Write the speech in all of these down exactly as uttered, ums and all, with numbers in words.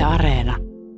Areena.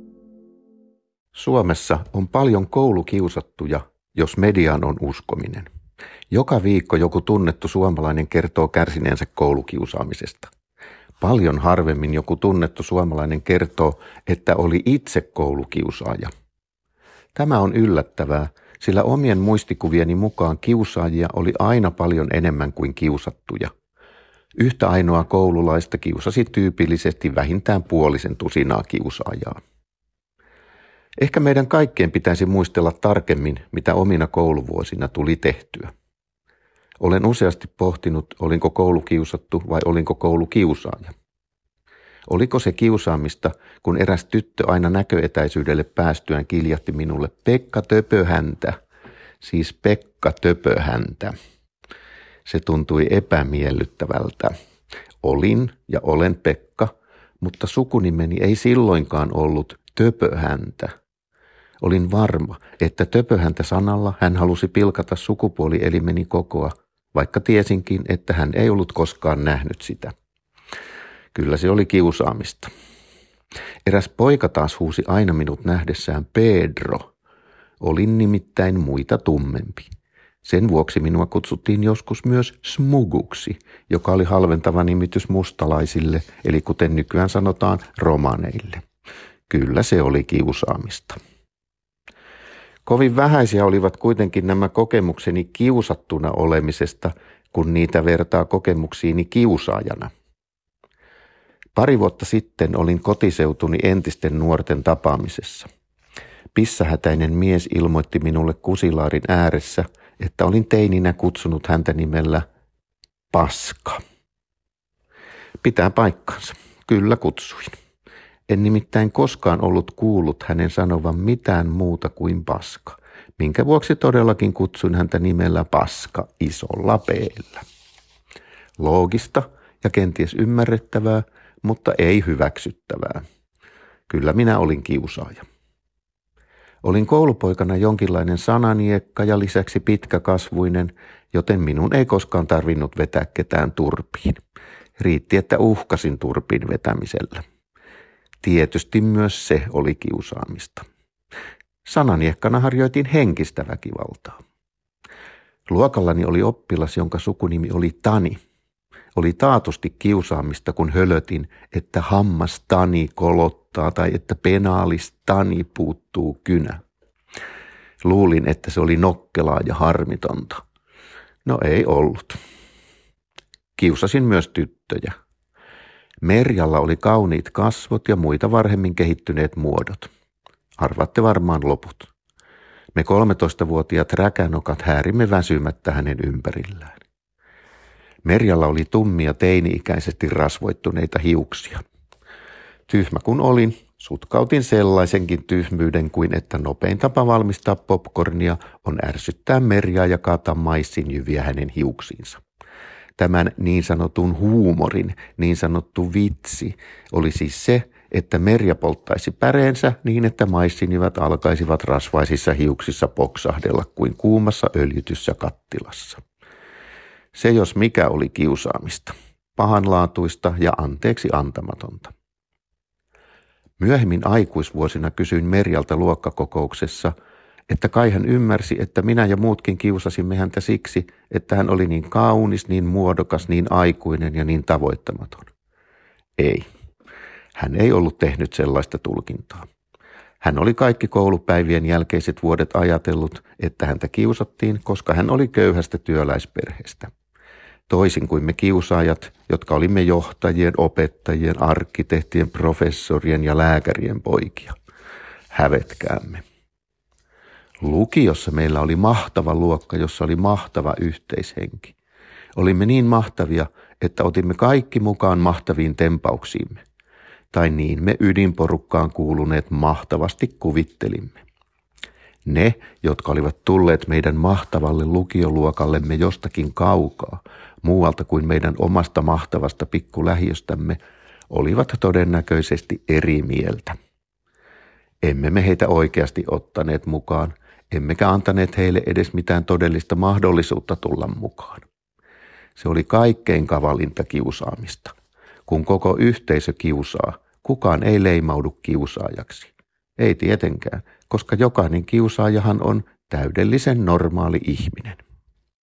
Suomessa on paljon koulukiusattuja, jos mediaan on uskominen. Joka viikko joku tunnettu suomalainen kertoo kärsineensä koulukiusaamisesta. Paljon harvemmin joku tunnettu suomalainen kertoo, että oli itse koulukiusaaja. Tämä on yllättävää, sillä omien muistikuvieni mukaan kiusaajia oli aina paljon enemmän kuin kiusattuja. Yhtä ainoa koululaista kiusasi tyypillisesti vähintään puolisen tusinaa kiusaajaa. Ehkä meidän kaikkien pitäisi muistella tarkemmin, mitä omina kouluvuosina tuli tehtyä. Olen useasti pohtinut, olinko koulukiusattu vai olinko koulukiusaaja. Oliko se kiusaamista, kun eräs tyttö aina näköetäisyydelle päästyään kiljahti minulle Pekka Töpöhäntä, siis Pekka Töpöhäntä. Se tuntui epämiellyttävältä. Olin ja olen Pekka, mutta sukunimeni ei silloinkaan ollut Töpöhäntä. Olin varma, että Töpöhäntä sanalla hän halusi pilkata sukupuolielimeni kokoa, vaikka tiesinkin, että hän ei ollut koskaan nähnyt sitä. Kyllä se oli kiusaamista. Eräs poika taas huusi aina minut nähdessään Pedro. Olin nimittäin muita tummempi. Sen vuoksi minua kutsuttiin joskus myös smuguksi, joka oli halventava nimitys mustalaisille, eli kuten nykyään sanotaan romaneille. Kyllä se oli kiusaamista. Kovin vähäisiä olivat kuitenkin nämä kokemukseni kiusattuna olemisesta, kun niitä vertaa kokemuksiini kiusaajana. Pari vuotta sitten olin kotiseutuni entisten nuorten tapaamisessa. Pissähätäinen mies ilmoitti minulle kusilaarin ääressä, että olin teininä kutsunut häntä nimellä Paska. Pitää paikkansa. Kyllä kutsuin. En nimittäin koskaan ollut kuullut hänen sanovan mitään muuta kuin Paska, minkä vuoksi todellakin kutsuin häntä nimellä Paska isolla peellä. Loogista ja kenties ymmärrettävää, mutta ei hyväksyttävää. Kyllä minä olin kiusaaja. Olin koulupoikana jonkinlainen sananiekka ja lisäksi pitkäkasvuinen, joten minun ei koskaan tarvinnut vetää ketään turpiin. Riitti, että uhkasin turpiin vetämisellä. Tietysti myös se oli kiusaamista. Sananiekkana harjoitin henkistä väkivaltaa. Luokallani oli oppilas, jonka sukunimi oli Tani. Oli taatusti kiusaamista, kun hölötin, että hammas Tani kolottaa tai että penaalis Tani puuttuu kynä. Luulin, että se oli nokkelaa ja harmitonta. No ei ollut. Kiusasin myös tyttöjä. Merjalla oli kauniit kasvot ja muita varhemmin kehittyneet muodot. Arvaatte varmaan loput. Me kolmetoistavuotiaat räkänokat häärimme väsymättä hänen ympärillään. Merjalla oli tummia teini-ikäisesti rasvoittuneita hiuksia. Tyhmä kun olin, sutkautin sellaisenkin tyhmyyden kuin että nopein tapa valmistaa popcornia on ärsyttää Merjaa ja kaataa maissinjyviä hänen hiuksiinsa. Tämän niin sanotun huumorin, niin sanottu vitsi, oli siis se, että Merja polttaisi päreensä niin, että maissinjyvät alkaisivat rasvaisissa hiuksissa poksahdella kuin kuumassa öljytyssä kattilassa. Se jos mikä oli kiusaamista, pahanlaatuista ja anteeksi antamatonta. Myöhemmin aikuisvuosina kysyin Merjalta luokkakokouksessa, että kai hän ymmärsi, että minä ja muutkin kiusasimme häntä siksi, että hän oli niin kaunis, niin muodokas, niin aikuinen ja niin tavoittamaton. Ei. Hän ei ollut tehnyt sellaista tulkintaa. Hän oli kaikki koulupäivien jälkeiset vuodet ajatellut, että häntä kiusattiin, koska hän oli köyhästä työläisperheestä. Toisin kuin me kiusaajat, jotka olimme johtajien, opettajien, arkkitehtien, professorien ja lääkärien poikia. Hävetkäämme. Lukiossa meillä oli mahtava luokka, jossa oli mahtava yhteishenki. Olimme niin mahtavia, että otimme kaikki mukaan mahtaviin tempauksiimme. Tai niin me ydinporukkaan kuuluneet mahtavasti kuvittelimme. Ne, jotka olivat tulleet meidän mahtavalle lukioluokallemme jostakin kaukaa, muualta kuin meidän omasta mahtavasta pikkulähiöstämme, olivat todennäköisesti eri mieltä. Emme me heitä oikeasti ottaneet mukaan, emmekä antaneet heille edes mitään todellista mahdollisuutta tulla mukaan. Se oli kaikkein kavalinta kiusaamista. Kun koko yhteisö kiusaa, kukaan ei leimaudu kiusaajaksi. Ei tietenkään, koska jokainen kiusaajahan on täydellisen normaali ihminen.